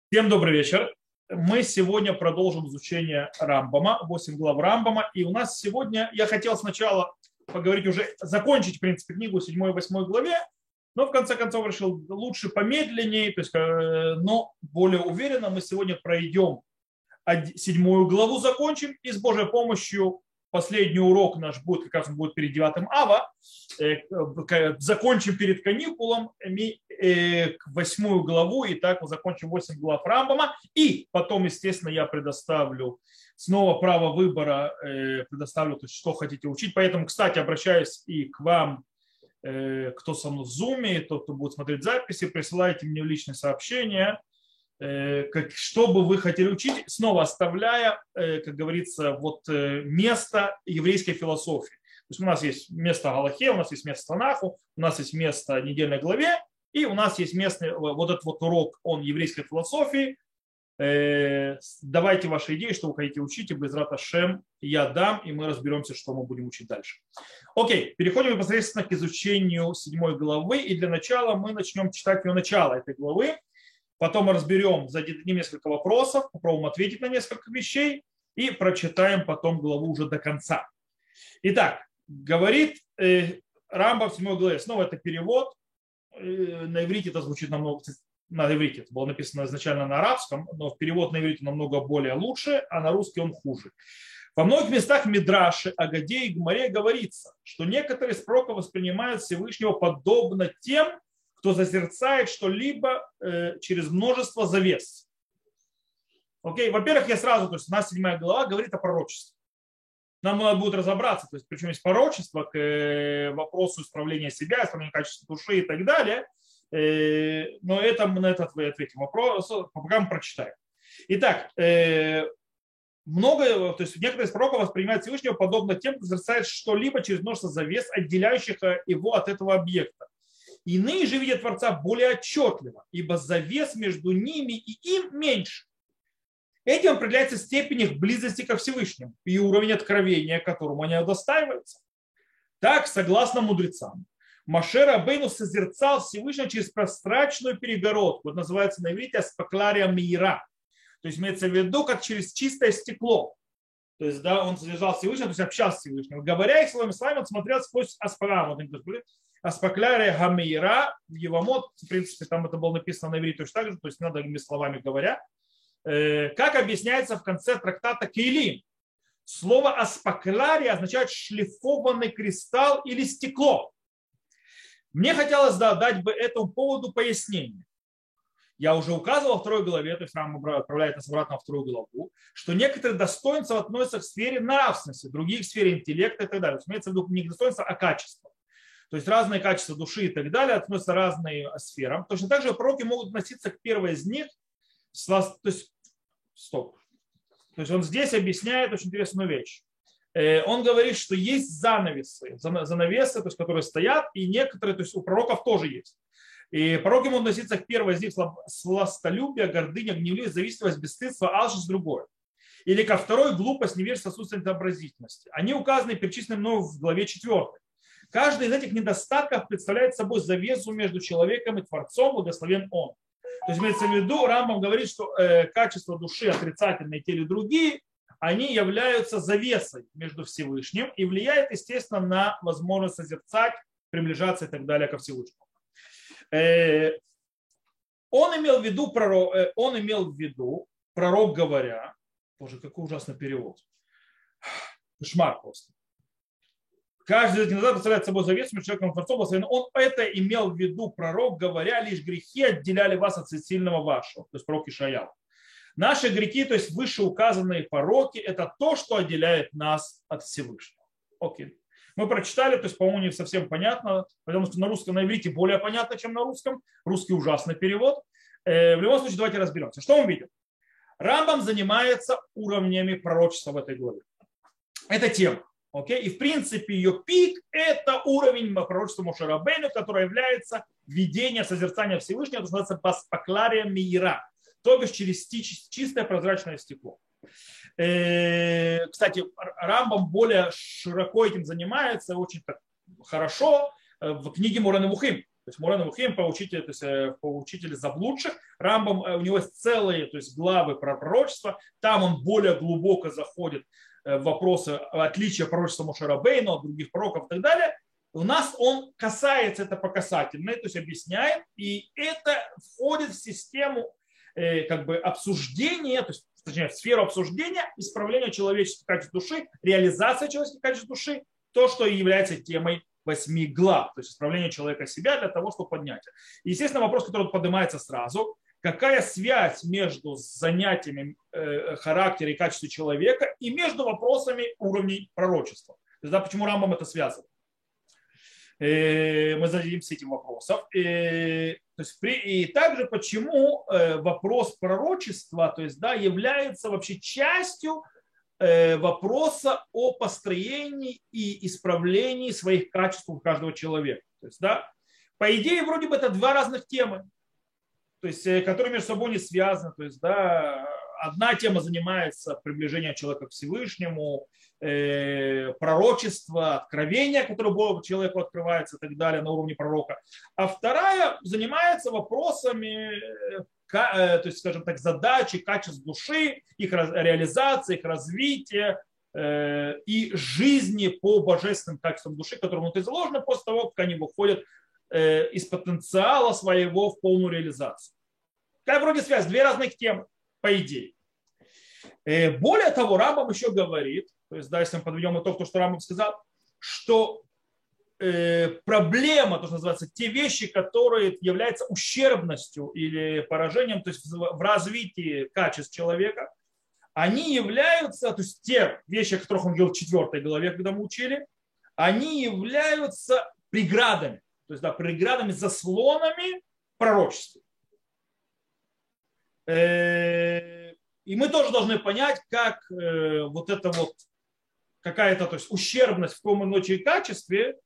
Всем добрый вечер. Мы сегодня продолжим изучение Рамбама, 8 глав Рамбама. И у нас сегодня, я хотел сначала поговорить уже, закончить, в принципе, книгу 7 и 8 главе, но в конце концов решил лучше помедленнее, то есть, но более уверенно мы сегодня пройдем 7 главу, закончим и с Божьей помощью последний урок наш будет, как раз он будет перед 9 ава, закончим перед каникулом 8 главу, и так мы закончим 8 глав Рамбама, и потом, естественно, я предоставлю снова право выбора, предоставлю, то есть, что хотите учить. Поэтому, кстати, обращаюсь и к вам, кто со мной в Зуме, тот, кто будет смотреть записи, присылайте мне личные сообщения, что бы вы хотели учить, снова оставляя, как говорится, вот место еврейской философии. То есть у нас есть место Галахе, у нас есть место Танаху, у нас есть место недельной главе, и у нас есть место, вот этот вот урок, он еврейской философии. Давайте ваши идеи, что вы хотите учить, и Безрат Ашем я дам, и мы разберемся, что мы будем учить дальше. Окей, переходим непосредственно к изучению 7 главы, и для начала мы начнем читать ее начало этой главы. Потом мы разберем, зададим несколько вопросов, попробуем ответить на несколько вещей и прочитаем потом главу уже до конца. Итак, говорит Рамбам в 7 главе. Снова это перевод. На иврите это звучит намного... На иврите это было написано изначально на арабском, но в перевод на иврите намного более лучше, а на русский он хуже. Во многих местах Мидраши, Агаде и Гмаре говорится, что некоторые из пророков воспринимают Всевышнего подобно тем, кто созерцает что-либо через множество завес. Окей? Во-первых, я сразу, то есть у нас 7 глава говорит о пророчестве. Нам надо будет разобраться, то есть причем есть пророчество к вопросу исправления себя, исправления качества души и так далее. Но это мы на это ответим вопрос, пока мы прочитаем. Итак, то есть некоторые из пророков воспринимают Всевышнего подобно тем, кто созерцает что-либо через множество завес, отделяющих его от этого объекта. Иные же видят Творца более отчетливо, ибо завес между ними и им меньше. Этим определяется степень их близости ко Всевышнему и уровень откровения, которому они удостаиваются. Так, согласно мудрецам, Моше Рабейну созерцал Всевышнего через прозрачную перегородку. Это называется на иврите аспаклария мира. То есть имеется в виду, как через чистое стекло. То есть, да, он созерцал Всевышнего, то есть общался с Всевышним. Говоря их словами, он смотрел сквозь аспаклярия гамейра в Евамот, в принципе, там это было написано на иврите точно так же, то есть надо другими словами говоря. Как объясняется в конце трактата Кейлим, слово аспаклярия означает шлифованный кристалл или стекло. Мне хотелось дать бы этому поводу пояснение. Я уже указывал во 2 главе, то есть нам отправляет нас обратно в 2 главу, что некоторые достоинства относятся к сфере нравственности, другие к сфере интеллекта и так далее. То есть имеется в виду не достоинства, а качества. То есть разные качества души и так далее относятся к разным сферам. Точно так же пророки могут относиться к первой из них. То есть он здесь объясняет очень интересную вещь. Он говорит, что есть занавесы, то есть, которые стоят, и некоторые, то есть у пророков тоже есть. И пророки могут относиться к первой из них сластолюбие, гордыня, гневливость, завистливость, бесстыдство, алчность, другое. Или ко второй глупость, невежество, отсутствие сообразительности. Они указаны и перечислены мной в главе 4. Каждый из этих недостатков представляет собой завесу между человеком и Творцом, благословен он. То есть имеется в виду, Рамбам говорит, что качества души отрицательные, те или другие, они являются завесой между Всевышним и влияют, естественно, на возможность созерцать, приближаться и так далее ко Всевышнему. Он имел в виду, пророк говоря, боже, какой ужасный перевод, кошмар просто. Каждый из этих назад представляет собой завесу между человеком и Творцом. Он это имел в виду, пророк, говоря, лишь грехи отделяли вас от всесильного вашего. То есть пророк Ишаял. Наши грехи, то есть вышеуказанные пороки, это то, что отделяет нас от Всевышнего. Окей. Мы прочитали, то есть, по-моему, не совсем понятно, потому что на русском, на иврите более понятно, чем на русском. Русский ужасный перевод. В любом случае, давайте разберемся. Что мы видим? Рамбам занимается уровнями пророчества в этой главе. Это тема. Okay? И в принципе ее пик – это уровень пророчества Моше Рабейну, который является видение созерцания Всевышнего, это называется баспаклария мира, то бишь через чистое прозрачное стекло. Кстати, Рамбам более широко этим занимается, очень так хорошо в книге Мора Невухим. То есть Морен Вухим, поучитель, то есть поучитель заблудших. Рамбам, у него есть целые, то есть главы про пророчество. Там он более глубоко заходит в вопросы отличия пророчества Моше Рабейну от других пророков и так далее. У нас он касается это по касательной, то есть объясняет, и это входит в систему как бы обсуждения, то есть, точнее, в сферу обсуждения исправления человеческих качеств души, реализация человеческих качеств души, то, что является темой 8 глав, то есть исправление человека себя для того, чтобы поднять. И, естественно, вопрос, который поднимается сразу, какая связь между занятиями характера и качества человека и между вопросами уровней пророчества. То есть, да, почему Рамбам это связывает? Мы зададимся этим вопросом. И также почему вопрос пророчества, то есть, да, является вообще частью вопроса о построении и исправлении своих качеств у каждого человека. То есть, да, по идее, вроде бы это два разных темы, то есть, которые между собой не связаны. То есть, да, одна тема занимается приближением человека к Всевышнему, пророчество, откровение, которое человеку открывается и так далее на уровне пророка. А вторая занимается вопросами, то есть, скажем так, задачи, качеств души, их реализации, их развития и жизни по божественным качествам души, которые внутри заложены после того, как они выходят из потенциала своего в полную реализацию. Какая вроде связь? Две разных темы, по идее. Более того, Рамбам еще говорит, то есть, да, если мы подведем итог, то, что Рамбам сказал, что проблема, то, что называется, те вещи, которые являются ущербностью или поражением, то есть в развитии качеств человека, они являются, то есть те вещи, о которых он говорил в 4 главе, когда мы учили, они являются преградами, то есть, да, преградами, заслонами пророчества. И мы тоже должны понять, как вот это вот какая-то, то есть ущербность в том или ином качестве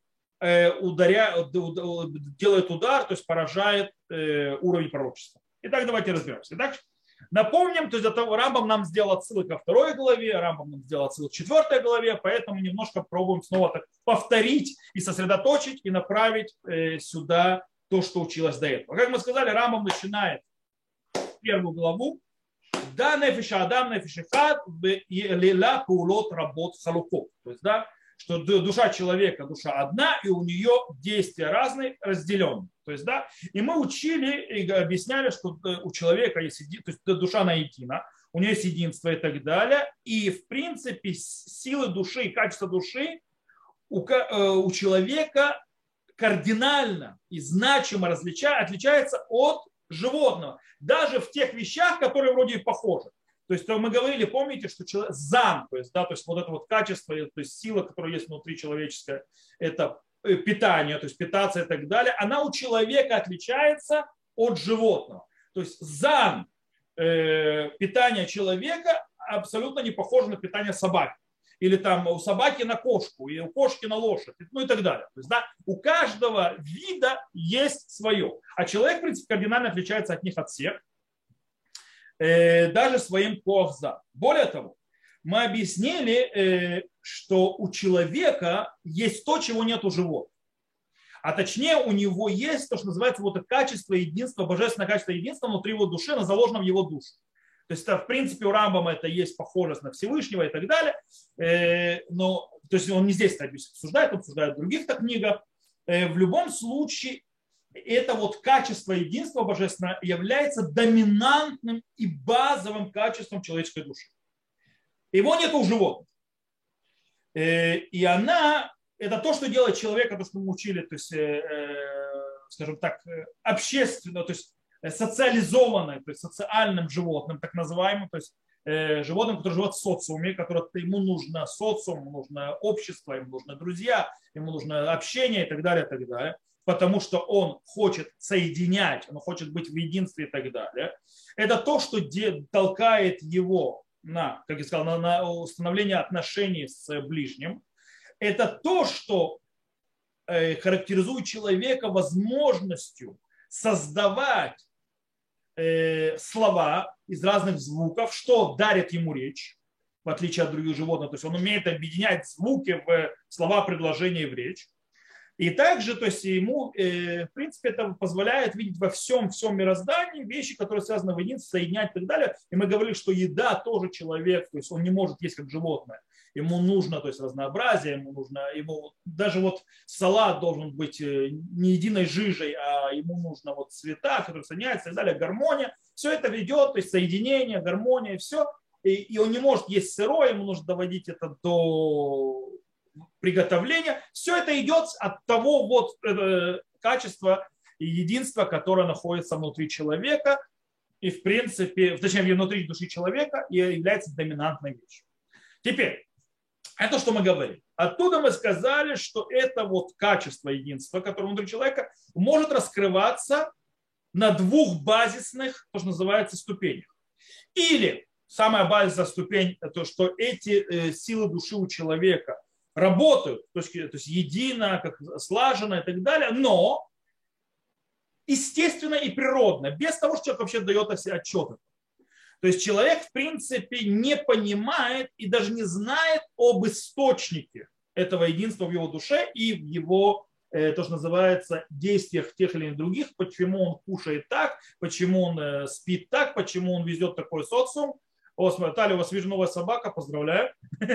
делает удар, то есть поражает уровень пророчества. Итак, давайте разберемся. Итак, напомним, то есть Рамбам нам сделал отсылок ко 2 главе, Рамбам нам сделал отсылок к 4 главе, поэтому немножко пробуем снова так повторить и сосредоточить и направить сюда то, что училось до этого. Как мы сказали, Рамбам начинает 1 главу. Да, нефиша адам, нефиша хад, лила паулот работ халукот. То есть, да, что душа человека, душа одна, и у нее действия разные, разделенные. То есть, да, и мы учили и объясняли, что у человека есть, то есть душа наедина, у нее есть единство и так далее. И, в принципе, силы души и качество души у человека кардинально и значимо отличается от животного, даже в тех вещах, которые вроде и похожи. То есть мы говорили, помните, что зам, то есть, да, то есть вот это вот качество, то есть сила, которая есть внутри человеческая, это питание, то есть питаться и так далее, она у человека отличается от животного. То есть зам питания человека абсолютно не похоже на питание собаки. Или там у собаки на кошку, и у кошки на лошадь, ну и так далее. То есть, да, у каждого вида есть свое. А человек, в принципе, кардинально отличается от них от всех, даже своим коахза. Более того, мы объяснили, что у человека есть то, чего нет у животных. А точнее, у него есть то, что называется вот это качество единства, божественное качество единства внутри его души, оно заложено в его душу. То есть, в принципе, у Рамбама это есть похожесть на Всевышнего и так далее. Но, то есть он не здесь это обсуждает, он обсуждает в других книгах. В любом случае, это вот качество единства божественного является доминантным и базовым качеством человеческой души. Его нет у животных. И она, это то, что делает человека, то, что мы учили, то есть, скажем так, общественно, то есть социализованным, то есть социальным животным, так называемым, то есть животным, который живет в социуме, ему нужно социум, ему нужно общество, ему нужны друзья, ему нужно общение и так далее, потому что он хочет соединять, он хочет быть в единстве и так далее. Это то, что толкает его на, как я сказал, на установление отношений с ближним. Это то, что характеризует человека возможностью создавать слова из разных звуков, что дарит ему речь, в отличие от других животных. То есть он умеет объединять звуки в слова, предложения и в речь. И также, то есть ему, в принципе, это позволяет видеть во всем мироздании вещи, которые связаны в единстве, соединять и так далее. И мы говорили, что еда тоже человек, то есть он не может есть как животное. Ему нужно, то есть разнообразие, ему даже вот салат должен быть не единой жижей, а ему нужно вот цвета, которые соединяются и так далее, гармония. Все это ведет, то есть соединение, гармония, все. И он не может есть сырое, ему нужно доводить это до приготовления. Все это идет от того вот качества и единства, которое находится внутри человека и в принципе, точнее внутри души человека и является доминантной вещью. Теперь, это что мы говорим. Оттуда мы сказали, что это вот качество единства, которое внутри человека может раскрываться на двух базисных, то, что называется, ступенях. Или самая базовая ступень, то, что эти силы души у человека работают, то есть едино, как слаженно и так далее, но естественно и природно, без того, что человек вообще дает отчет. То есть человек, в принципе, не понимает и даже не знает об источнике этого единства в его душе и в его, то, что называется, действиях тех или иных других, почему он кушает так, почему он спит так, почему он везет такой социум. О, смотри, Таля, у вас вижу новая собака, поздравляю.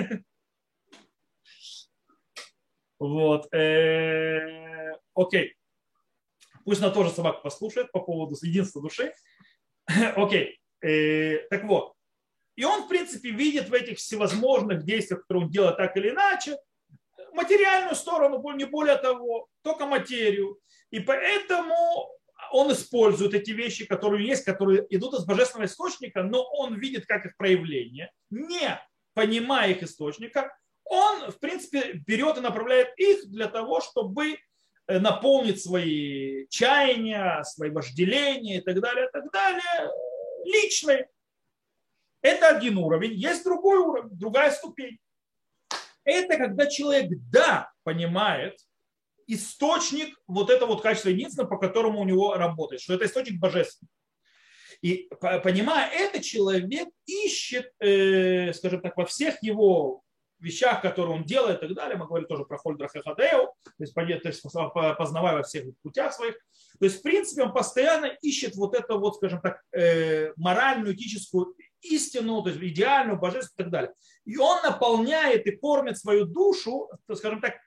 Вот. Окей. Пусть она тоже собака послушает по поводу единства души. Окей. Так вот. И он, в принципе, видит в этих всевозможных действиях, которые он делает так или иначе, материальную сторону, не более того, только материю. И поэтому он использует эти вещи, которые есть, которые идут из божественного источника, но он видит как их проявление, не понимая их источника, он, в принципе, берет и направляет их для того, чтобы наполнить свои чаяния, свои вожделения и так далее, личные. Это один уровень. Есть другой уровень, другая ступень. Это когда человек, да, понимает источник вот это вот качество единства, по которому у него работает, что это источник божественный. И понимая это, человек ищет, скажем так, во всех его вещах, которые он делает и так далее. Мы говорили тоже про Хольдра Хехадеу, то есть познавая во всех путях своих. То есть, в принципе, он постоянно ищет вот это вот, скажем так, моральную, этическую истину, то есть идеальную, божественную и так далее. И он наполняет и кормит свою душу, скажем так,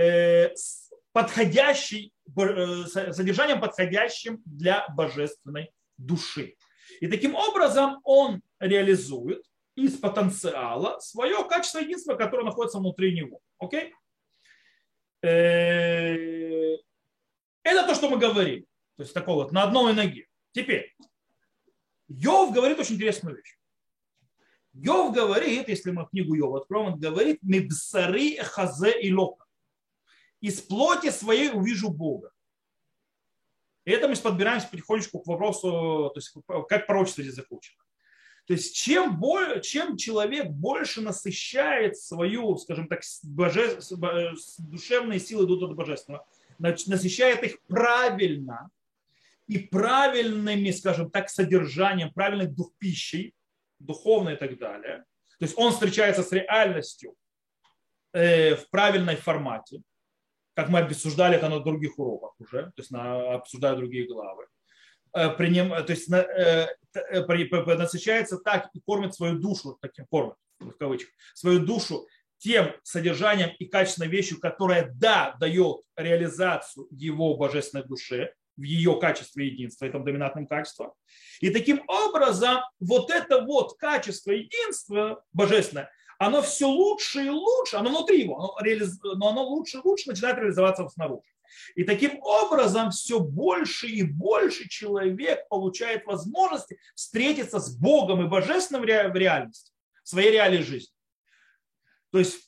содержанием подходящим для божественной души. И таким образом он реализует из потенциала свое качество единства, которое находится внутри него. Окей? Это то, что мы говорим. То есть такого вот на одной ноге. Теперь, Йов говорит очень интересную вещь. Йов говорит, если мы книгу Йова откроем, он говорит «Мибсари хазе и лока». «Из плоти своей увижу Бога». И это мы подбираемся потихонечку к вопросу, то есть как пророчество здесь заключено. То есть чем человек больше насыщает свою, скажем так, душевные силы идут от божественного, насыщает их правильно и правильными, скажем так, содержанием, правильной пищей, духовной и так далее. То есть он встречается с реальностью в правильной формате, как мы обсуждали это на других уроках уже, то есть обсуждая другие главы. То есть насыщается так и кормит свою душу, таким кормит, в кавычках, свою душу тем содержанием и качественной вещью, которая, да, дает реализацию его божественной душе, в ее качестве единства, этом доминантном качестве. И таким образом вот это вот качество единства божественное, оно все лучше и лучше, оно внутри его, но оно лучше и лучше начинает реализоваться снаружи. И таким образом все больше и больше человек получает возможности встретиться с Богом и Божественным в реальности, в своей реальной жизни. То есть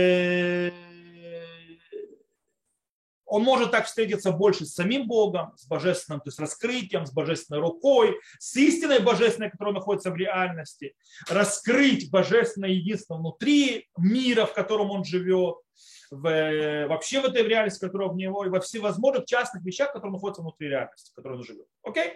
он может так встретиться больше с самим Богом, с божественным, то есть раскрытием, с божественной рукой, с истиной божественной, которая находится в реальности, раскрыть божественное единство внутри мира, в котором он живет, вообще в этой реальности, которая в него, и во всевозможных частных вещах, которые находятся внутри реальности, в которой он живет. Окей?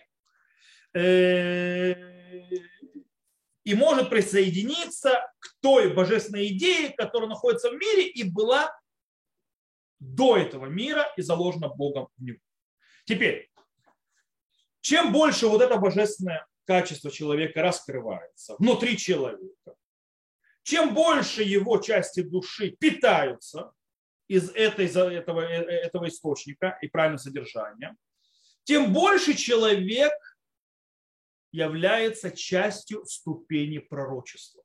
И может присоединиться к той божественной идее, которая находится в мире и была до этого мира и заложено Богом в него. Теперь, чем больше вот это божественное качество человека раскрывается внутри человека, чем больше его части души питаются из этого источника и правильного содержания, тем больше человек является частью ступени пророчества.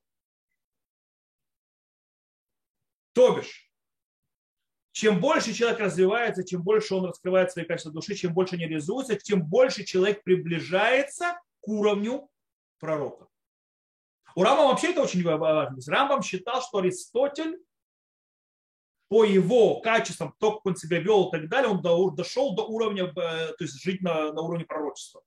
То бишь, чем больше человек развивается, чем больше он раскрывает свои качества души, чем больше они реализуются, тем больше человек приближается к уровню пророка. У Рамбама вообще это очень важно. Рамбам считал, что Аристотель по его качествам, то, как он себя вел и так далее, он дошел до уровня, то есть жить на уровне пророчества.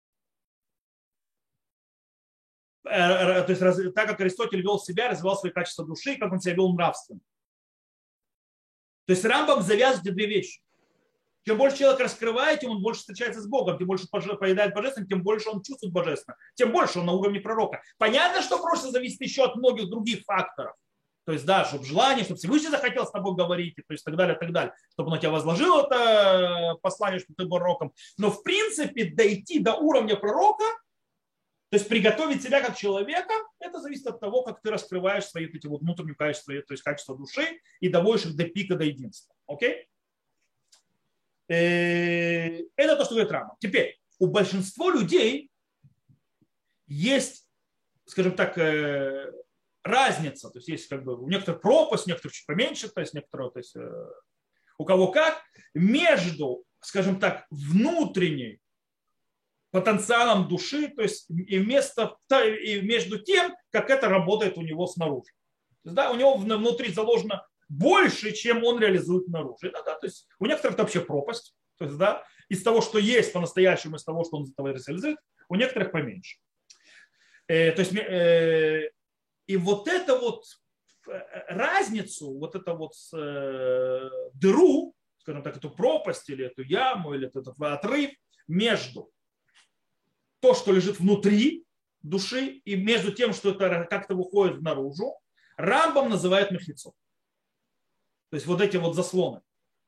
То есть так как Аристотель вел себя, развивал свои качества души, как он себя вел нравственно. То есть Рамбам завязывает две вещи. Чем больше человек раскрывает, тем он больше встречается с Богом, тем больше поедает божественно, тем больше он чувствует божественно, тем больше он на уровне пророка. Понятно, что пророчество зависит еще от многих других факторов. То есть, да, чтобы желание, чтобы Всевышний захотел с тобой говорить, то есть так далее, чтобы он на тебя возложил это послание, что ты пророком. Но в принципе дойти до уровня пророка, то есть приготовить себя как человека, это зависит от того, как ты раскрываешь свои эти вот внутренние качества, то есть качество души и доводишь их до пика, до единства. Окей? Это то, что говорит Рама. Теперь, у большинства людей есть, скажем так, разница, то есть есть как бы у некоторых пропасть, у некоторых чуть поменьше, то есть некоторые, то есть у кого как, между, скажем так, внутренней потенциалом души, то есть и между тем, как это работает у него снаружи. То есть, да, у него внутри заложено больше, чем он реализует наружу. Да, то есть у некоторых это вообще пропасть, то есть, да, из того, что есть по-настоящему, из того, что он из этого реализует, у некоторых поменьше. То есть, и вот эту вот разницу, вот эту вот дыру, скажем так, эту пропасть или эту яму, или этот отрыв между то, что лежит внутри души, и между тем, что это как-то выходит наружу, Рамбам называет мехицо. То есть вот эти вот заслоны.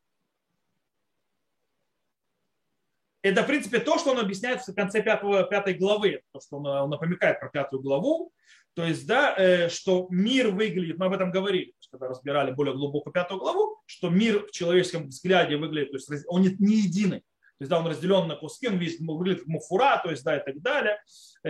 Это, в принципе, то, что он объясняет в конце пятой главы, то, что он напоминает про 5 главу. То есть, да, что мир выглядит, мы об этом говорили, когда разбирали более глубоко 5 главу, что мир в человеческом взгляде выглядит, то есть он не единый. То есть, да, он разделен на куски, он выглядит как муфура, то есть, да, и так далее.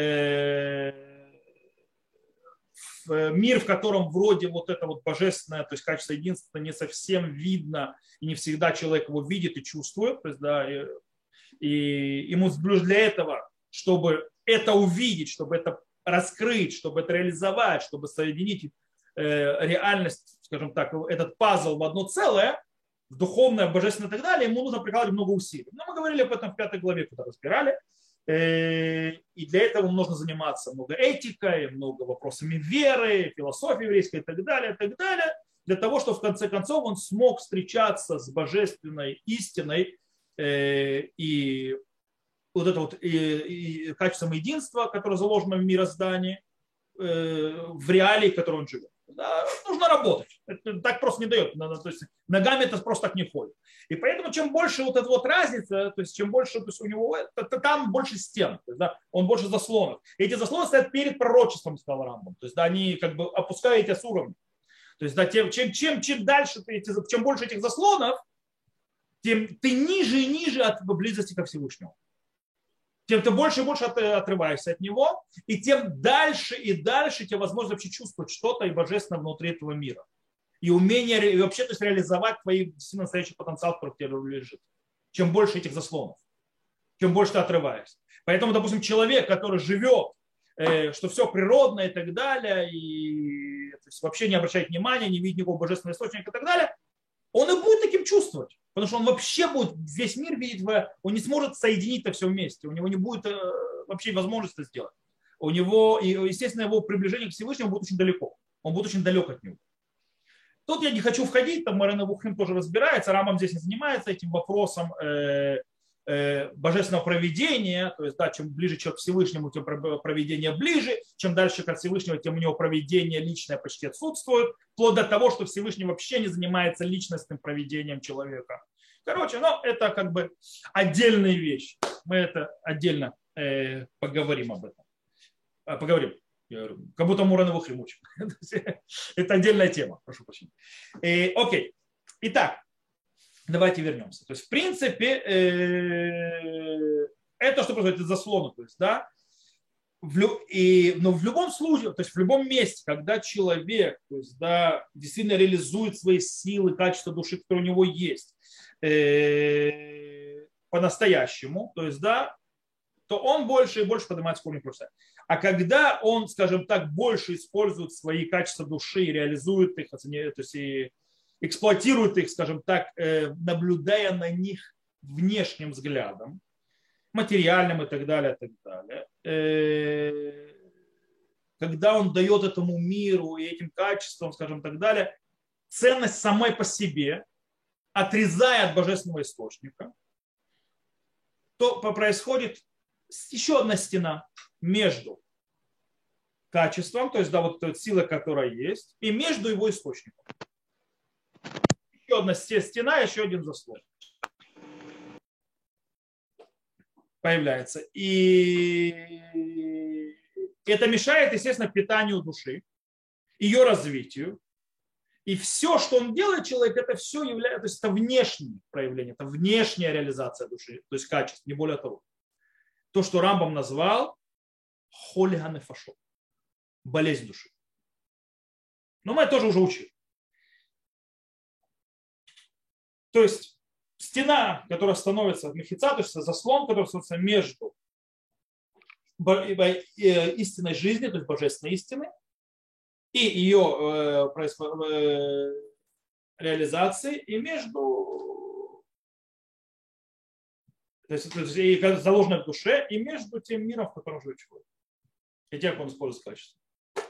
Мир, в котором вроде вот это вот божественное, то есть качество единства не совсем видно, и не всегда человек его видит и чувствует. То есть, да, и ему для этого, чтобы это увидеть, чтобы это раскрыть, чтобы это реализовать, чтобы соединить реальность, скажем так, этот пазл в одно целое, в духовное, божественное и так далее, ему нужно прикладывать много усилий. Но мы говорили об этом в 5 главе, когда разбирали. И для этого нужно заниматься много этикой, много вопросами веры, философии еврейской и так далее, для того, чтобы в конце концов он смог встречаться с божественной истиной и вот это вот и качеством единства, которое заложено в мироздании, в реалии, в которой он живет. Да, нужно работать. Это так просто не дает. То есть ногами это просто так не ходит. И поэтому чем больше вот эта вот разница, то есть чем больше, то есть у него там больше стен, то есть, да, он больше заслонов. И эти заслоны стоят перед пророчеством, сказал Рамбам. То есть да, они как бы опускают эти с уровня. То есть да, чем дальше, чем больше этих заслонов, тем ты ниже и ниже от близости ко Всевышнему. Тем ты больше и больше отрываешься от него, и тем дальше и дальше тебе возможно вообще чувствовать что-то и божественное внутри этого мира. И умение и вообще то есть, реализовать твой настоящий потенциал, который в тебе лежит. Чем больше этих заслонов, чем больше ты отрываешься. Поэтому, допустим, человек, который живет, что все природное и так далее, и то есть, вообще не обращает внимания, не видит никакого божественного источника и так далее, он и будет таким чувствовать. Потому что он вообще будет весь мир видеть, он не сможет соединить это все вместе. У него не будет вообще возможности это сделать. У него, и, естественно, его приближение к Всевышнему будет очень далеко. Он будет очень далек от него. Тут я не хочу входить, там Морен Авухим тоже разбирается, Рамбам здесь не занимается этим вопросом. божественного провидения, то есть, да, чем ближе человек к Всевышнему, тем провидение ближе, чем дальше от Всевышнего, тем у него провидение личное почти отсутствует, вплоть до того, что Всевышний вообще не занимается личностным провидением человека. Короче, ну, это как бы отдельная вещь. Мы это отдельно поговорим об этом. Поговорим. Я говорю, как будто Муран Вухрим учим. Это отдельная тема, прошу прощения. Окей. Итак, давайте вернемся. То есть, в принципе, это что происходит из заслона. То есть, да, но в любом случае, то есть в любом месте, когда человек, то есть, да, действительно реализует свои силы, качества души, которые у него есть, по-настоящему, то есть, да, то он больше и больше поднимается в уровень просто. А когда он, скажем так, больше использует свои качества души и реализует их, то есть и эксплуатирует их, скажем так, наблюдая на них внешним взглядом, материальным и так далее, когда он дает этому миру и этим качествам, скажем так далее, ценность самой по себе, отрезая от божественного источника, то происходит еще одна стена между качеством, то есть да, вот той силой, которая есть, и между его источником. Еще одна стена, еще один заслон появляется. И это мешает, естественно, питанию души, ее развитию. И все, что он делает, человек, это все является, то есть это внешнее проявление, это внешняя реализация души, то есть качество, не более того. То, что Рамбам назвал холига нефашот, болезнь души. Но мы это тоже уже учили. То есть стена, которая становится мехица, то есть заслон, который становится между истинной жизнью, то есть божественной истиной, и ее реализацией, и между, то есть и заложенной в душе, и между тем миром, в котором живет человек. И тем, как он использует качество.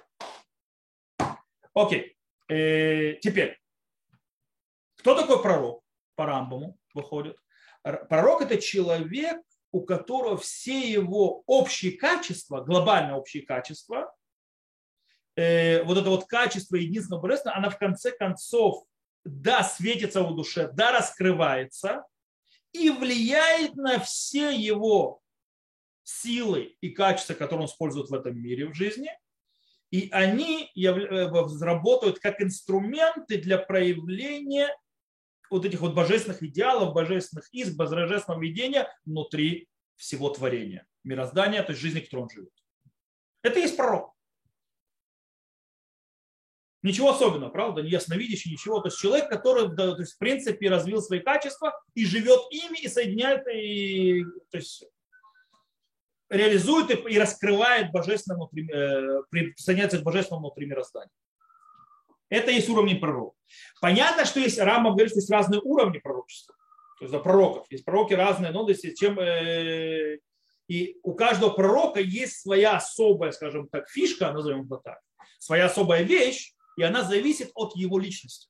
Окей. Теперь, кто такой пророк? По Рамбаму выходит. Пророк – это человек, у которого все его общие качества, глобальные общие качества, вот это вот качество единственного божественного, она в конце концов, да, светится в душе, да, раскрывается и влияет на все его силы и качества, которые он использует в этом мире, в жизни. И они работают как инструменты для проявления вот этих вот божественных идеалов, божественных иск, божественного видения внутри всего творения, мироздания, то есть жизни, в которой он живет. Это и есть пророк. Ничего особенного, правда, не ясновидящий, ничего. То есть человек, который, то есть, в принципе, развил свои качества и живет ими, и соединяет, и, то есть, реализует и раскрывает божественное внутри, присоединяется к божественному внутри мироздания. Это есть уровень пророка. Понятно, что есть, Рамбам говорит, что есть разные уровни пророчества. То есть пророков. Есть пророки разные, но и у каждого пророка есть своя особая, скажем так, фишка, назовем это так, своя особая вещь, и она зависит от его личности.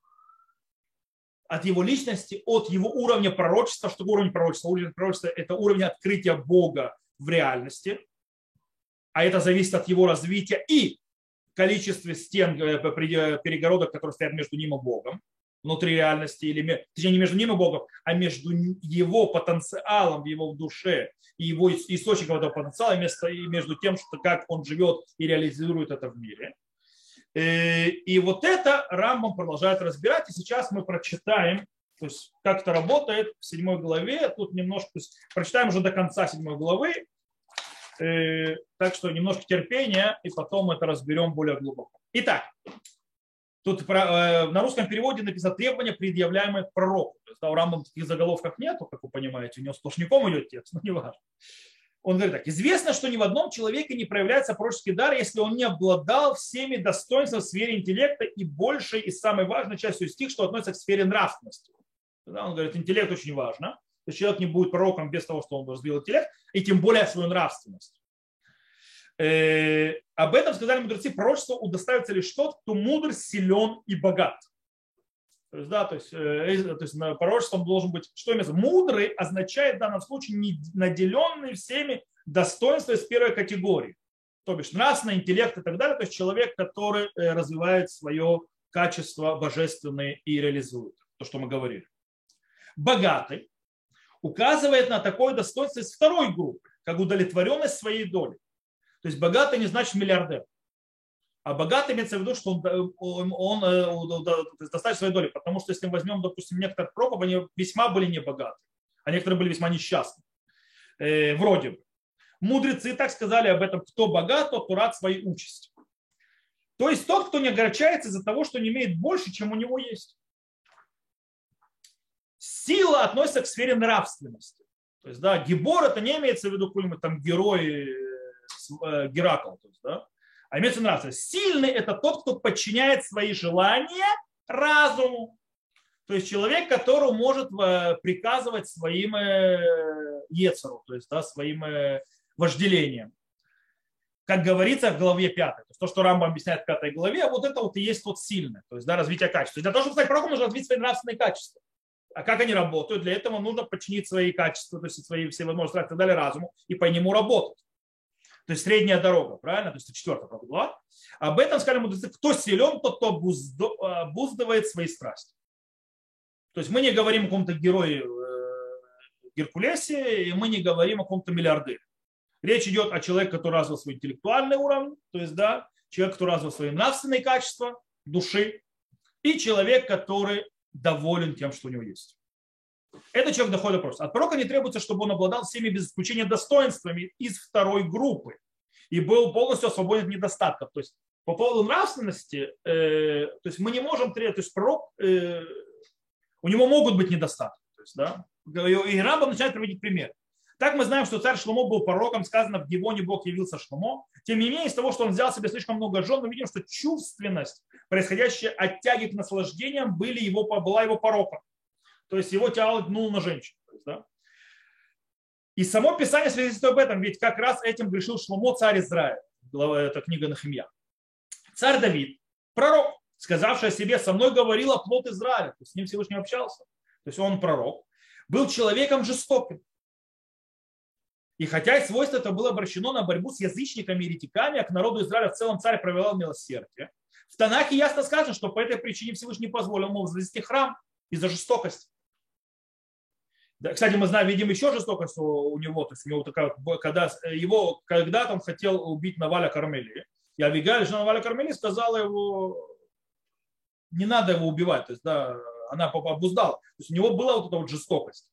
От его личности, от его уровня пророчества. Что такое уровень пророчества? Уровень пророчества – это уровень открытия Бога в реальности, а это зависит от его развития и количестве стен, перегородок, которые стоят между ним и Богом, внутри реальности, или, точнее, не между ним и Богом, а между его потенциалом в его душе и его источником этого потенциала, и между тем, что, как он живет и реализует это в мире. И вот это Рамбам продолжает разбирать, и сейчас мы прочитаем, то есть как это работает в 7 главе, тут немножко, то есть прочитаем уже до конца 7 главы, так что немножко терпения, и потом мы это разберем более глубоко. Итак, тут на русском переводе написано требования, предъявляемые к пророку. То есть, да, у Рамбама таких заголовков нету, как вы понимаете, у него сплошняком идет текст, но не важно. Он говорит так: известно, что ни в одном человеке не проявляется пророческий дар, если он не обладал всеми достоинствами в сфере интеллекта и большей и самой важной частью стих, что относится к сфере нравственности. Да, он говорит, интеллект очень важно. То есть человек не будет пророком без того, что он развил интеллект, и тем более свою нравственность. Об этом сказали мудрецы: пророчество удостаивается лишь тот, кто мудр, силен и богат. То есть, да, то есть пророчеством должен быть, что имеется? Мудрый означает в данном случае не наделенный всеми достоинствами с первой категории. То бишь нравственный интеллект и так далее. То есть человек, который развивает свое качество божественное и реализует. То, что мы говорили. Богатый указывает на такое достоинство из второй группы, как удовлетворенность своей доли. То есть богатый не значит миллиардер. А богатый имеется в виду, что он достаточно своей доли. Потому что если мы возьмем, допустим, некоторых пророков, они весьма были небогаты, а некоторые были весьма несчастны. Вроде бы. Мудрецы так сказали об этом: кто богат, тот рад своей участи. То есть тот, кто не огорчается из-за того, что не имеет больше, чем у него есть. Сила относится к сфере нравственности. То есть, да, гибор — это не имеется в виду какой-нибудь там герой Геракл. То есть, да, а имеется в виду нравственность. Сильный — это тот, кто подчиняет свои желания разуму. То есть человек, который может приказывать своим ецеру, то есть, да, своим вожделением. Как говорится в главе 5. То есть то, что Рамбам объясняет в 5 главе, вот это вот и есть тот сильный. То есть, да, развитие качества. Для того, чтобы стать пророком, нужно развить свои нравственные качества. А как они работают? Для этого нужно подчинить свои качества, то есть свои все возможности и так далее разуму, и по нему работать. То есть средняя дорога, правильно? То есть 4 глава. Об этом сказали мудрецы: кто силен, тот, кто обуздывает свои страсти. То есть мы не говорим о каком-то герое Геркулесе, и мы не говорим о каком-то миллиардере. Речь идет о человеке, который развил свой интеллектуальный уровень, то есть, да, человек, который развил свои нравственные качества души, и человек, который доволен тем, что у него есть. Это человек доходит до пророка. От пророка не требуется, чтобы он обладал всеми без исключения достоинствами из второй группы и был полностью освободен от недостатков. То есть по поводу нравственности, то есть мы не можем требовать, то есть пророк, у него могут быть недостатки. То есть, да, и Рамбам начинает приводить пример. Так мы знаем, что царь Шломо был пророком, сказано, в Гивоне Бог явился Шломо. Тем не менее, из того, что он взял себе слишком много жен, мы видим, что чувственность, происходящая от тяги к наслаждениям, была его пороком. То есть его тянул на женщину. То есть, да. И само Писание свидетельствует об этом, ведь как раз этим грешил Шломо, царь Израиля. Это книга Нехемия. Царь Давид, пророк, сказавший о себе: со мной говорил плод Израиля. То есть с ним Всевышний общался. То есть он пророк. Был человеком жестоким. И хотя и свойство это было обращено на борьбу с язычниками и еретиками, а к народу Израиля в целом царь проявлял милосердие, в Танахе ясно сказано, что по этой причине Всевышний позволил ему возвести храм из-за жестокости. Да, кстати, мы знаем, видим еще жестокость у него. То есть у него такая, когда-то он хотел убить Наваля Кармели. И Авигаль, жена Наваля Кармели, сказала его: не надо его убивать. То есть, да, она обуздала. То есть у него была вот эта вот жестокость.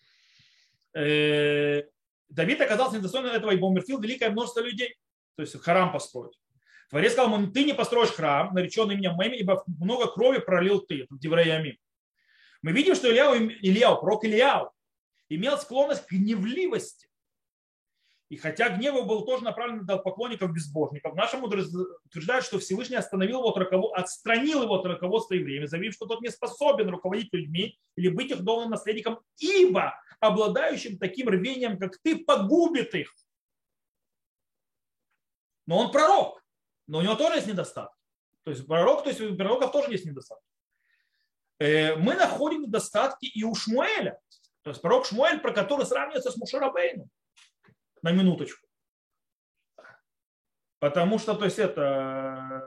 Давид оказался недостойным этого, ибо умертвил великое множество людей. То есть храм построить. Творец сказал ему: ты не построишь храм, нареченный именем моим, ибо много крови пролил ты. Это Девраямим. Мы видим, что пророк Ильяу, имел склонность к гневливости. И хотя гнев его был тоже направлен на поклонников безбожников, наши мудрецы утверждают, что Всевышний отстранил его от руководства евреями, заявив, что тот не способен руководить людьми или быть их новым наследником, ибо обладающим таким рвением, как ты, погубит их. Но он пророк, но у него тоже есть недостатки. То есть у пророков тоже есть недостатки. Мы находим недостатки и у Шмуэля. То есть пророк Шмуэль, про который сравнивается с Моше Рабейну. На минуточку. Потому что, то есть это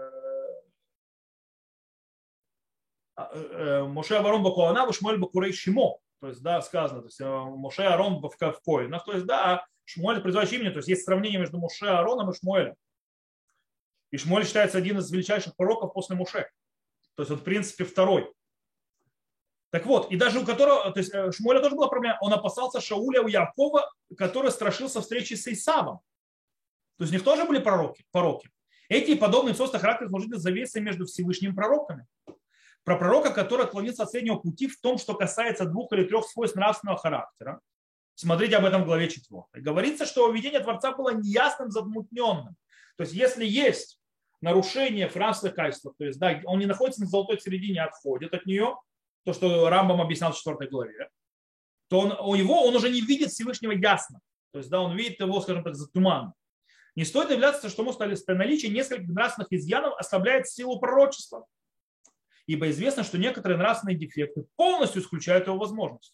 Моше Аварон Бакуана, Шмуэль Бакурей Шимо. То есть, да, сказано, то есть Моше Арон в Коинах. То есть, да, Шмуэль призывающий имени. То есть есть сравнение между Моше Ароном и Шмуэлем. И Шмуэль считается один из величайших пророков после Моше. То есть он, в принципе, второй. Так вот, и даже у которого, то есть Шмуэля тоже была проблема, он опасался Шауля у Якова, который страшился встречи с Исавом. То есть у них тоже были пороки. Эти и подобные свойства характера служили завесой между Всевышними пророками. Про пророка, который отклонился от среднего пути в том, что касается 2 или 3 свойств нравственного характера. Смотрите об этом в главе 4. Говорится, что видение Творца было неясным, замутненным. То есть если есть нарушение в нравственных качествах, то есть да, он не находится на золотой середине, отходит от нее, то, что Рамбам объяснял в 4 главе, то он уже не видит Всевышнего ясно. То есть, да, он видит его, скажем так, затуманно. Не стоит являться, что наличие нескольких нравственных изъянов ослабляет силу пророчества. ибо известно, что некоторые нравственные дефекты полностью исключают его возможность.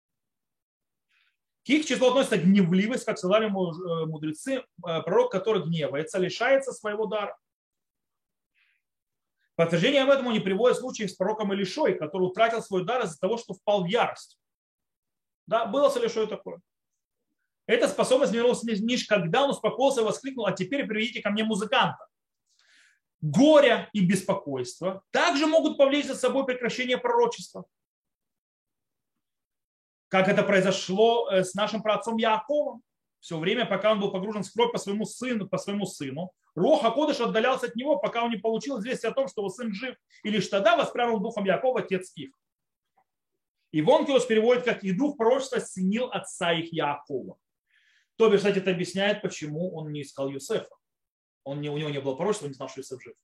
К их числу относится гневливость, как сказали мудрецы, пророк, который гневается, лишается своего дара. Подтверждением этому не приводят случаи с пророком Илишой, который утратил свой дар из-за того, что впал в ярость. Да, было с Илишой такое. Эта способность вернулась лишь когда он успокоился и воскликнул: а теперь приведите ко мне музыканта. Горе и беспокойство также могут повлечь за собой прекращение пророчества. Как это произошло с нашим праотцом Яаковом. Все время, пока он был погружен в скорбь по своему сыну, Руах ха-Кодеш отдалялся от него, пока он не получил известие о том, что его сын жив. И лишь тогда воспрянул духом Яакова отец их. И Вонкиус переводит, как и дух пророчества синил отца их Яакова. То бишь, кстати, это объясняет, почему он не искал Юсефа. У него не было пророчества, он не знал, что Юсеф жив.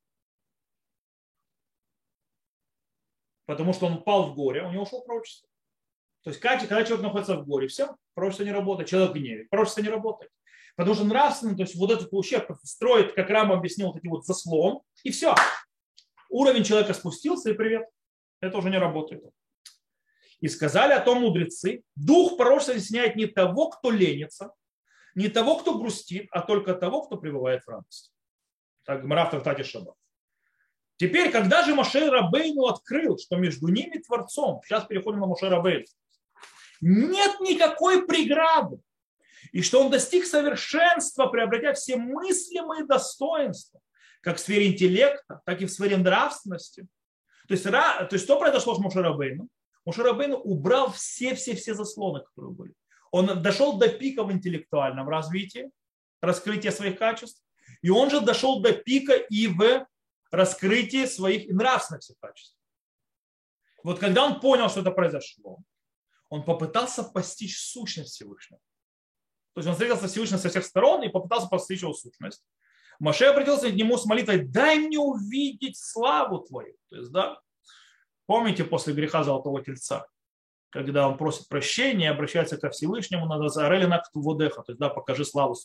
Потому что он упал в горе, у него ушло пророчество. То есть, когда человек находится в горе, все, пророчество не работает, человек в гневе, пророчество не работает. Потому что нравственно, то есть вот этот ущерб строит, как Рамбам объяснил, вот эти вот заслон, и все. Уровень человека спустился, и привет. Это уже не работает. И сказали о том мудрецы: дух пророчества объясняет не того, кто ленится, не того, кто грустит, а только того, кто пребывает в радости. Так Гмара в трактате Шаббат. Теперь, когда же Моше Рабейну открыл, что между ними Творцом, сейчас переходим на Моше Рабейну, нет никакой преграды, и что он достиг совершенства, приобретя все мыслимые достоинства, как в сфере интеллекта, так и в сфере нравственности. То есть что произошло с Моше Рабейну? Моше Рабейну убрал все заслоны, которые были. Он дошел до пика в интеллектуальном развитии, раскрытия своих качеств, и он же дошел до пика и в раскрытии своих нравственных качеств. Вот когда он понял, что это произошло, он попытался постичь сущность Всевышнего. То есть он встретился с Всевышним со всех сторон и попытался постичь его сущность. Моше обратился к нему с молитвой: дай мне увидеть славу твою. То есть, да, помните после греха Золотого Тельца, когда он просит прощения, обращается ко Всевышнему, надо зарели на ктуводеха, то есть, да, покажи славу.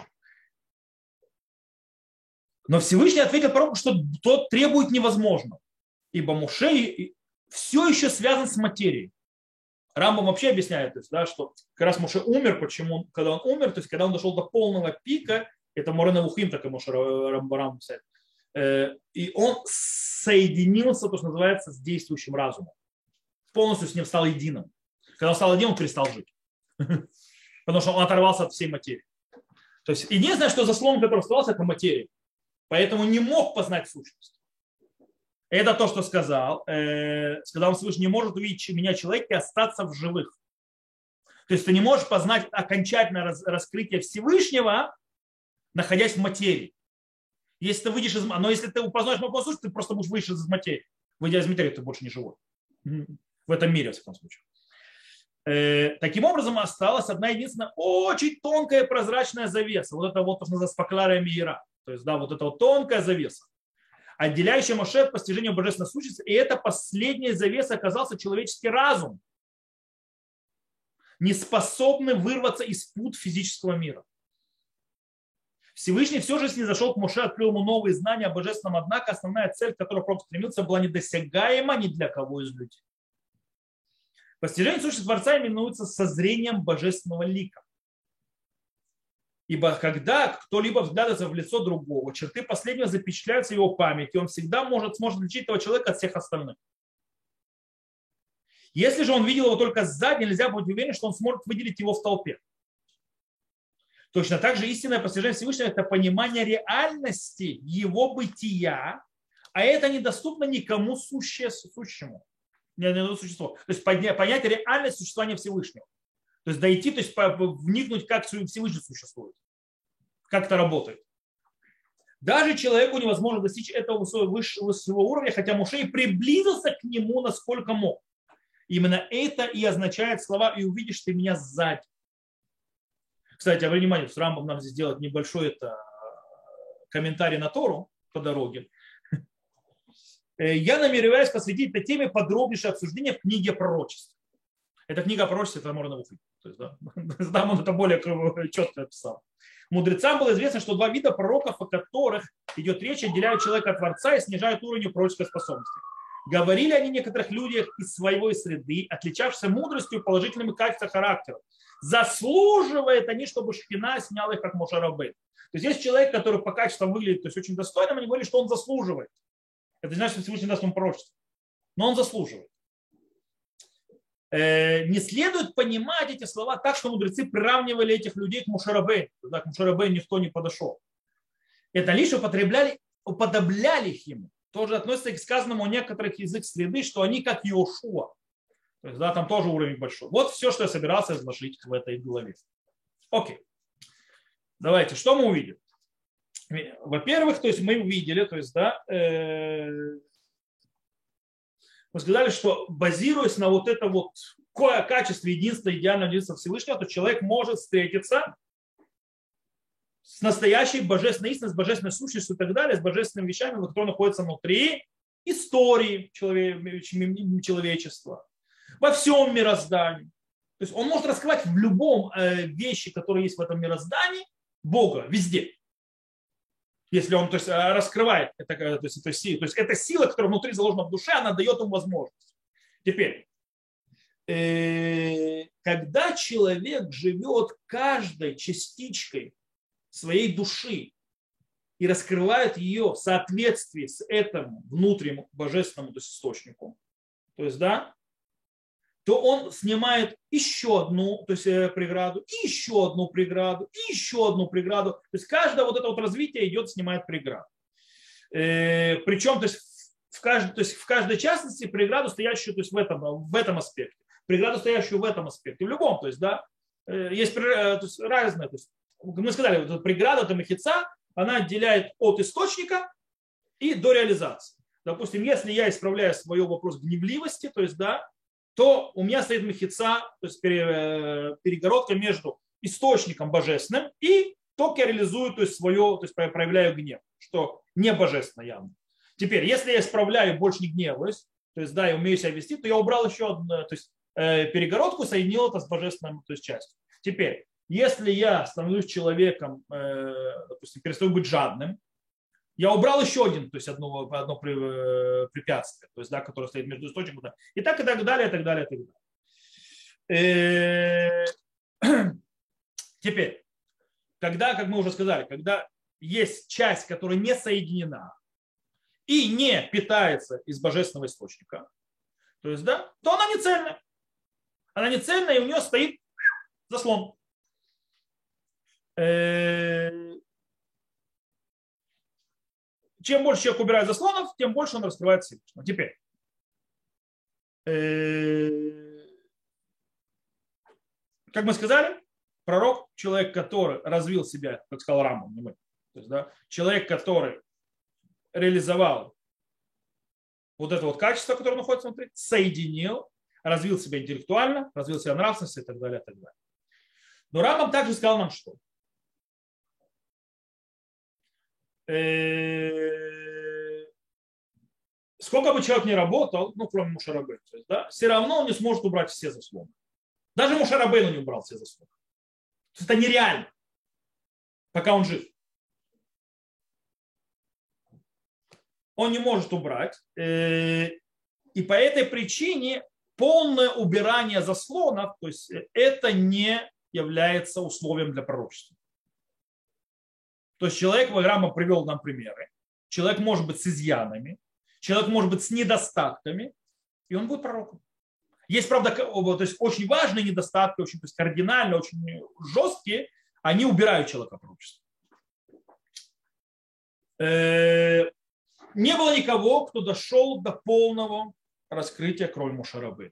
Но Всевышний ответил пророку, что тот требует невозможного, ибо Моше все еще связан с материей. Рамбам вообще объясняет, то есть, да, что как раз Моше умер, почему, когда он умер, то есть когда он дошел до полного пика, это Морена Вухим, так и Моше Рамбам писает, и он соединился, то, что называется, с действующим разумом. Полностью с ним стал единым. Когда он стал единым, он перестал жить. Потому что он оторвался от всей материи. То есть единственное, что заслон, который оставался, это материя. Поэтому не мог познать сущность. Это то, что сказал. Сказал он: Всевышний не может увидеть меня человек и остаться в живых. То есть ты не можешь познать окончательное раскрытие Всевышнего, находясь в материи. Если ты выйдешь из... Но если ты познаешь мою сущность, ты просто будешь выйти из материи. Выйдя из материи, ты больше не живой. В этом мире, в всяком случае. Таким образом, осталась одна единственная очень тонкая прозрачная завеса. Вот это вот, что называется, спаклара мира. То есть, да, вот эта вот тонкая завеса, отделяющая Моше от постижения божественной сущности. И эта последняя завеса оказался человеческий разум, не способный вырваться из пут физического мира. Всевышний все же снизошел к Моше, открыл ему новые знания о божественном, однако основная цель, к которой пророк стремился, была недосягаема ни для кого из людей. Постижение сущности Творца именуется созрением божественного лика. Ибо когда кто-либо взглядывается в лицо другого, черты последнего запечатляются в его памяти, он всегда сможет отличить этого человека от всех остальных. Если же он видел его только сзади, нельзя быть уверен, что он сможет выделить его в толпе. Точно так же истинное постижение Всевышнего – это понимание реальности его бытия, а это недоступно никому сущему. То есть понять реальность существования Всевышнего. То есть дойти, то есть вникнуть, как Всевышний существует, как это работает. Даже человеку невозможно достичь этого высшего уровня, хотя Моше и приблизился к нему, насколько мог. Именно это и означает слова «и увидишь ты меня сзади». Кстати, обратите внимание, с Рамбом нам здесь делать небольшой комментарий на Тору по дороге. Я намереваюсь посвятить этой теме подробнейшее обсуждение в книге пророчеств. Эта книга пророчеств, это Морена Вухим. То есть, да, там он это более четко описал. Мудрецам было известно, что два вида пророков, о которых идет речь, отделяют человека от Творца и снижают уровень пророческой способности. Говорили они о некоторых людях из своей среды, отличавшихся мудростью и положительными качествами характера. Заслуживает они, чтобы Шхина сняла их, как Моше Рабейну. То есть есть человек, который по качествам выглядит то есть, очень достойным, они говорили, что он заслуживает. Это не значит, что Всевышний даст ему пророчество. Но он заслуживает. Не следует понимать эти слова так, что мудрецы приравнивали этих людей к Моше Рабейну. К Моше Рабейну никто не подошел. Это лишь уподобляли их ему. Тоже относится к сказанному у некоторых язык среды, что они как Иошуа. То есть, да, там тоже уровень большой. Вот все, что я собирался изложить в этой главе. Окей. Давайте, что мы увидим? Во-первых, то есть мы увидели, то есть, да, мы сказали, что базируясь на вот это вот качестве единства, идеального единства Всевышнего, то человек может встретиться с настоящей божественной истиной, с божественной сущностью и так далее, с божественными вещами, которые находятся внутри истории человечества, во всем мироздании. То есть он может раскрывать в любом вещи, которые есть в этом мироздании, Бога, везде. Если он то есть, раскрывает это, то есть, эту силу. То есть эта сила, которая внутри заложена в душе, она дает ему возможность. Теперь, когда человек живет каждой частичкой своей души и раскрывает ее в соответствии с этим внутренним божественному то есть, источнику, то есть, да, то он снимает еще одну то есть, преграду, и еще одну преграду, и еще одну преграду. То есть каждое вот это вот развитие идет, снимает преграду. Причем то есть, в каждой частности преграду, стоящую то есть, в этом аспекте, преграду, стоящую в этом аспекте, в любом. То есть, да, есть то есть, разные. То есть, мы сказали, вот преграда, это махица, она отделяет от источника и до реализации. Допустим, если я исправляю свой вопрос гневливости, то есть, да, то у меня стоит махица, то есть перегородка между источником божественным и только я реализую то есть, свое, то есть проявляю гнев, что не божественно явно. Теперь, если я исправляю, больше не гневаюсь, то есть, да, я умею себя вести, то я убрал еще одну, то есть, перегородку, соединил это с божественной то есть, частью. Теперь, если я становлюсь человеком, допустим, перестаю быть жадным, я убрал еще одно препятствие, то есть, да, которое стоит между источником. Да, и так далее, и так далее, и так далее. Теперь, когда, как мы уже сказали, когда есть часть, которая не соединена и не питается из божественного источника, то есть, да, то она не цельная. Она не цельная, и у нее стоит заслон. Чем больше человек убирает заслонов, тем больше он раскрывает Всевышнего. Теперь, как мы сказали, пророк, человек, который развил себя, как сказал Рамбам, не мы, то есть, да, человек, который реализовал вот это вот качество, которое находится внутри, соединил, развил себя интеллектуально, развил себя нравственностью и так далее, и так далее. Но Рамбам также сказал нам, что сколько бы человек ни работал, ну, кроме Моше Рабейну, да, все равно он не сможет убрать все заслоны. Даже Моше Рабейну не убрал все заслоны. То есть это нереально, пока он жив. Он не может убрать. И по этой причине полное убирание заслонов, то есть это не является условием для пророчества. То есть человек, Рамбам привел нам примеры, человек может быть с изъянами, человек может быть с недостатками, и он будет пророком. Есть, правда, то есть очень важные недостатки, очень то есть кардинальные, очень жесткие, они убирают человека пророчества. Не было никого, кто дошел до полного раскрытия, кроме Моше Рабейну.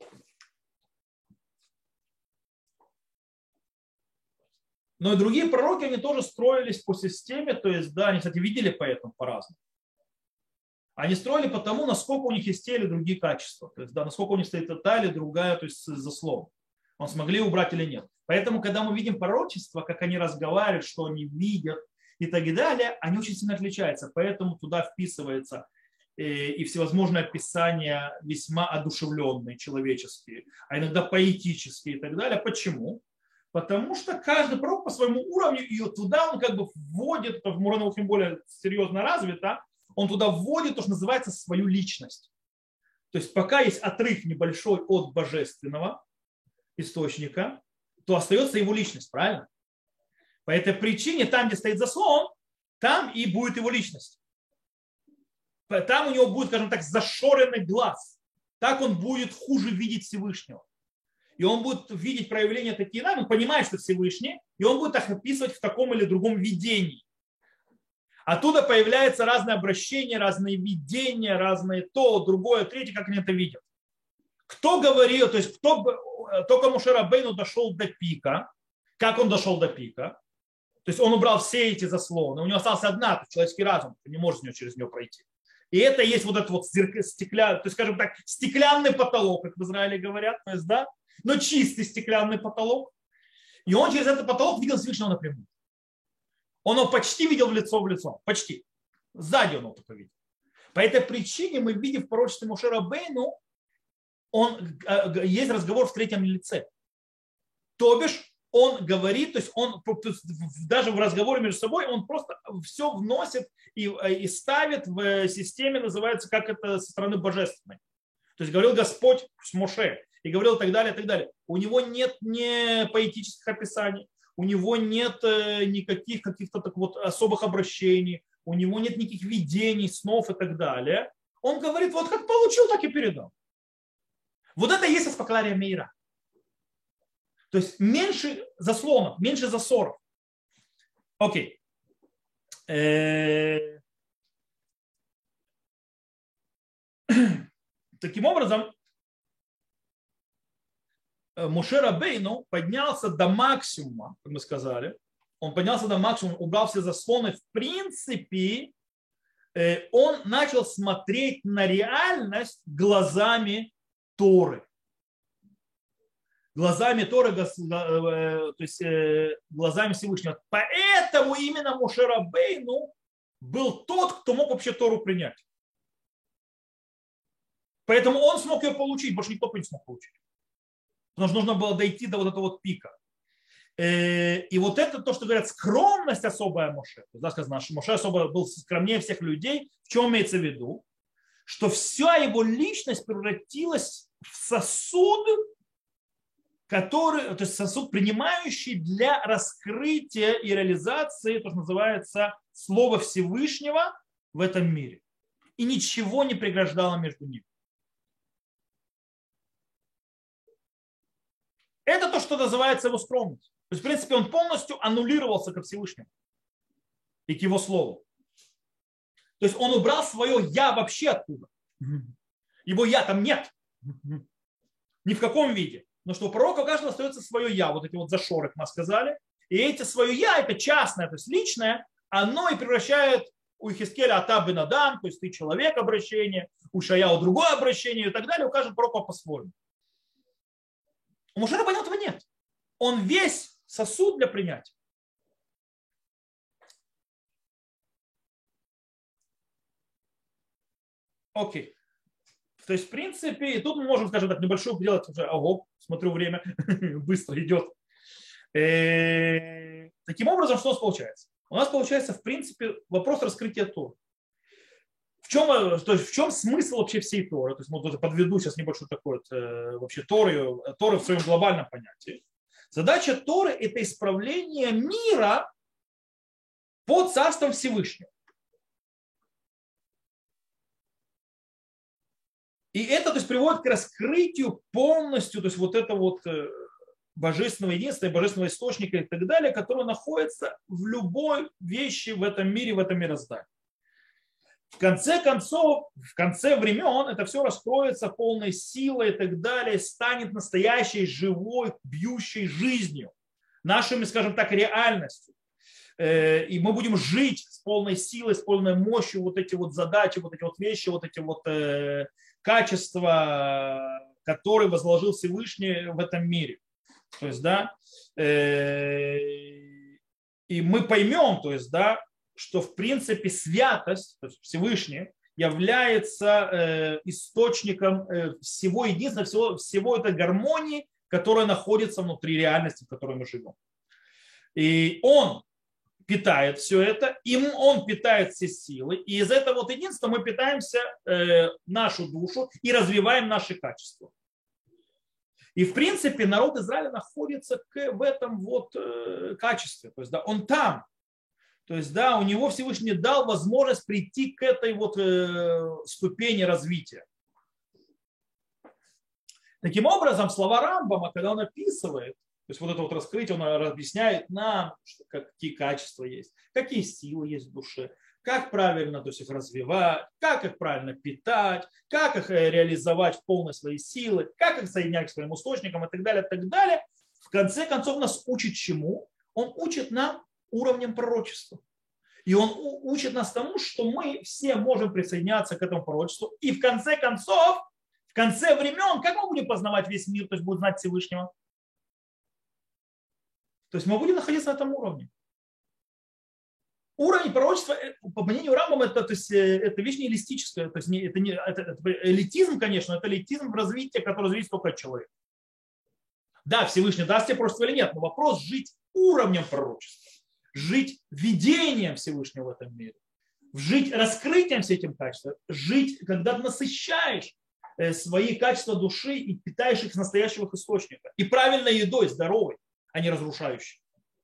Но и другие пророки, они тоже строились по системе, то есть, да, они, кстати, видели поэтому по-разному. Они строили по тому, насколько у них есть те или другие качества, то есть, да, насколько у них стоит та или другая, то есть, заслон. Он смогли убрать или нет. Поэтому, когда мы видим пророчество, как они разговаривают, что они видят и так далее, они очень сильно отличаются. Поэтому туда вписывается и всевозможные описания весьма одушевленные, человеческие, а иногда поэтические и так далее. Почему? Потому что каждый пророк по своему уровню, и туда он как бы вводит, это в Муранову тем более серьезно развито, он туда вводит то, что называется свою личность. То есть пока есть отрыв небольшой от божественного источника, то остается его личность, правильно? По этой причине там, где стоит заслон, там и будет его личность. Там у него будет, скажем так, зашоренный глаз. Так он будет хуже видеть Всевышнего. И он будет видеть проявления такие, он понимает, что Всевышний, и он будет их описывать в таком или другом видении. Оттуда появляются разные обращения, разные видения, разные то, другое, третье, как они это видят. Кто говорил, то есть только Моше Рабейну дошел до пика, как он дошел до пика, то есть он убрал все эти заслоны, у него остался одна, то есть человеческий разум, не может через него пройти. И это есть вот этот вот стеклянный, то есть, скажем так, стеклянный потолок, как в Израиле говорят, то есть, да, но чистый стеклянный потолок. И он через этот потолок видел Всевышнего напрямую. Он его почти видел в лицо, почти. Сзади он его только видел. По этой причине мы видим в пророчестве Моше Рабейну, есть разговор в третьем лице. То бишь, он говорит, то есть он даже в разговоре между собой, он просто все вносит и ставит в системе, называется, как это со стороны божественной. То есть говорил Господь с Моше и говорил и так далее, и так далее. У него нет ни поэтических описаний, у него нет никаких каких-то так вот особых обращений, у него нет никаких видений, снов и так далее. Он говорит, вот как получил, так и передал. Вот это и есть аспаклария мира. То есть меньше заслонов, меньше засоров. Окей. Таким образом, Моше Рабейну поднялся до максимума, как мы сказали. Он поднялся до максимума, убрал все заслоны. В принципе, он начал смотреть на реальность глазами Торы. Глазами Торы, то есть глазами Всевышнего. Поэтому именно Моше Рабейну был тот, кто мог вообще Тору принять. Поэтому он смог ее получить, больше никто не смог получить. Потому что нужно было дойти до вот этого вот пика. И вот это то, что говорят, скромность особая Моше. Да, сказано, что Моше особо был скромнее всех людей. В чем имеется в виду? Что вся его личность превратилась в сосуд, то есть сосуд, принимающий для раскрытия и реализации, то, что называется, Слова Всевышнего в этом мире. И ничего не преграждало между ними. Это то, что называется его скромность. То есть, в принципе, он полностью аннулировался ко Всевышнему и к его слову. То есть он убрал свое «я» вообще оттуда. Его «я» там нет. Ни в каком виде. Но что у пророка у каждого остается свое «я». Вот эти вот зашоры, как мы сказали. И эти свое «я» это частное, то есть личное, оно и превращает у Ихискеля «ата бен адам», то есть ты человек обращение, у Шаяу другое обращение и так далее. У каждого пророка по-своему. У Моше Рабейну этого нет. Он весь сосуд для принятия. Окей. То есть, в принципе, и тут мы можем, скажем так, небольшую делать уже, ого, смотрю, время быстро идет. Таким образом, что у нас получается? У нас получается, в принципе, вопрос раскрытия Торы. В чем смысл вообще всей Торы? То есть, мы тоже подведу сейчас небольшой такой вот, вообще Торы в своем глобальном понятии. Задача Торы – это исправление мира под царством Всевышнего. И это, то есть, приводит к раскрытию полностью, то есть вот это вот божественного единства, божественного источника и так далее, который находится в любой вещи в этом мире, в этом мироздании. В конце концов, в конце времен это все раскроется полной силой и так далее, станет настоящей, живой, бьющей жизнью, нашими, скажем так, реальностью. И мы будем жить с полной силой, с полной мощью вот эти вот задачи, вот эти вот вещи, вот эти вот качества, которые возложил Всевышний в этом мире. То есть, да, и мы поймем, то есть, да, что в принципе святость, то есть Всевышний, является источником всего единства, всего этой гармонии, которая находится внутри реальности, в которой мы живем. И он питает все это, и он питает все силы, и из этого вот единства мы питаемся нашу душу и развиваем наши качества. И в принципе народ Израиля находится в этом вот качестве, то есть да, он там, то есть да, у него Всевышний дал возможность прийти к этой вот ступени развития. Таким образом, слова Рамбама, когда он описывает, то есть вот это вот раскрытие, он объясняет нам, что какие качества есть, какие силы есть в душе, как правильно, то есть их развивать, как их правильно питать, как их реализовать в полной своей силы, как их соединять к своим источникам и так далее, и так далее. В конце концов нас учит чему? Он учит нам уровнем пророчества. И он учит нас тому, что мы все можем присоединяться к этому пророчеству. И в конце концов, в конце времен, как мы будем познавать весь мир, то есть будем знать Всевышнего? То есть мы будем находиться на этом уровне. Уровень пророчества, по мнению Рамбама, это вещь не элитистическая. То есть это элитизм, конечно, это элитизм в развитии, который зависит только от человека. Да, Всевышний даст тебе пророчество или нет, но вопрос жить уровнем пророчества, жить видением Всевышнего в этом мире, жить раскрытием всех этих качеств, жить, когда ты насыщаешь свои качества души и питаешь их с настоящего источника. И правильной едой, здоровой, а не разрушающей.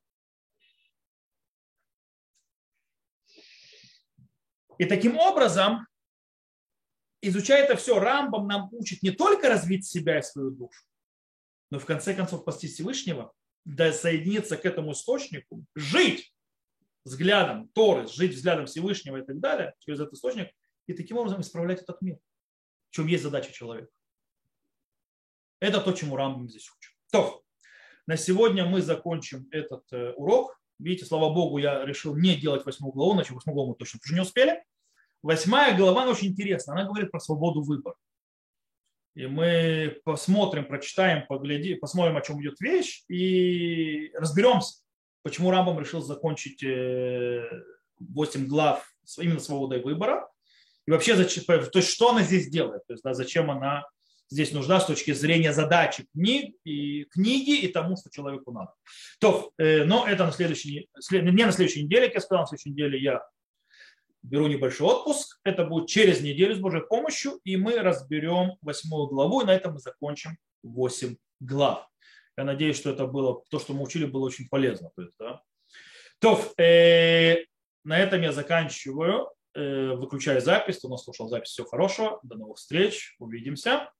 И таким образом, изучая это все, Рамбам нам учит не только развить себя и свою душу, но в конце концов спасти Всевышнего, да соединиться к этому источнику, жить взглядом Торы, жить взглядом Всевышнего и так далее, через этот источник, и таким образом исправлять этот мир, в чем есть задача человека. Это то, чему Рамбам здесь учит. То, на сегодня мы закончим этот урок. Видите, слава Богу, я решил не делать 8 главу, иначе 8 главу мы точно уже не успели. 8 глава, она очень интересна. Она говорит про свободу выбора. И мы посмотрим, прочитаем, посмотрим, о чем идет вещь, и разберемся, почему Рамбам решил закончить 8 глав именно свободой выбора. И вообще, то есть, что она здесь делает, то есть, да, зачем она здесь нужна с точки зрения задачи книги и тому, что человеку надо. То, но это не на следующей неделе, как я сказал, на следующей неделе я беру небольшой отпуск. Это будет через неделю с Божьей помощью, и мы разберем 8 главу, и на этом мы закончим 8 глав. Я надеюсь, что это было, то, что мы учили, было очень полезно. То есть, да. То, на этом я заканчиваю, выключаю запись. Кто нас слушал запись, всего хорошего, до новых встреч, увидимся.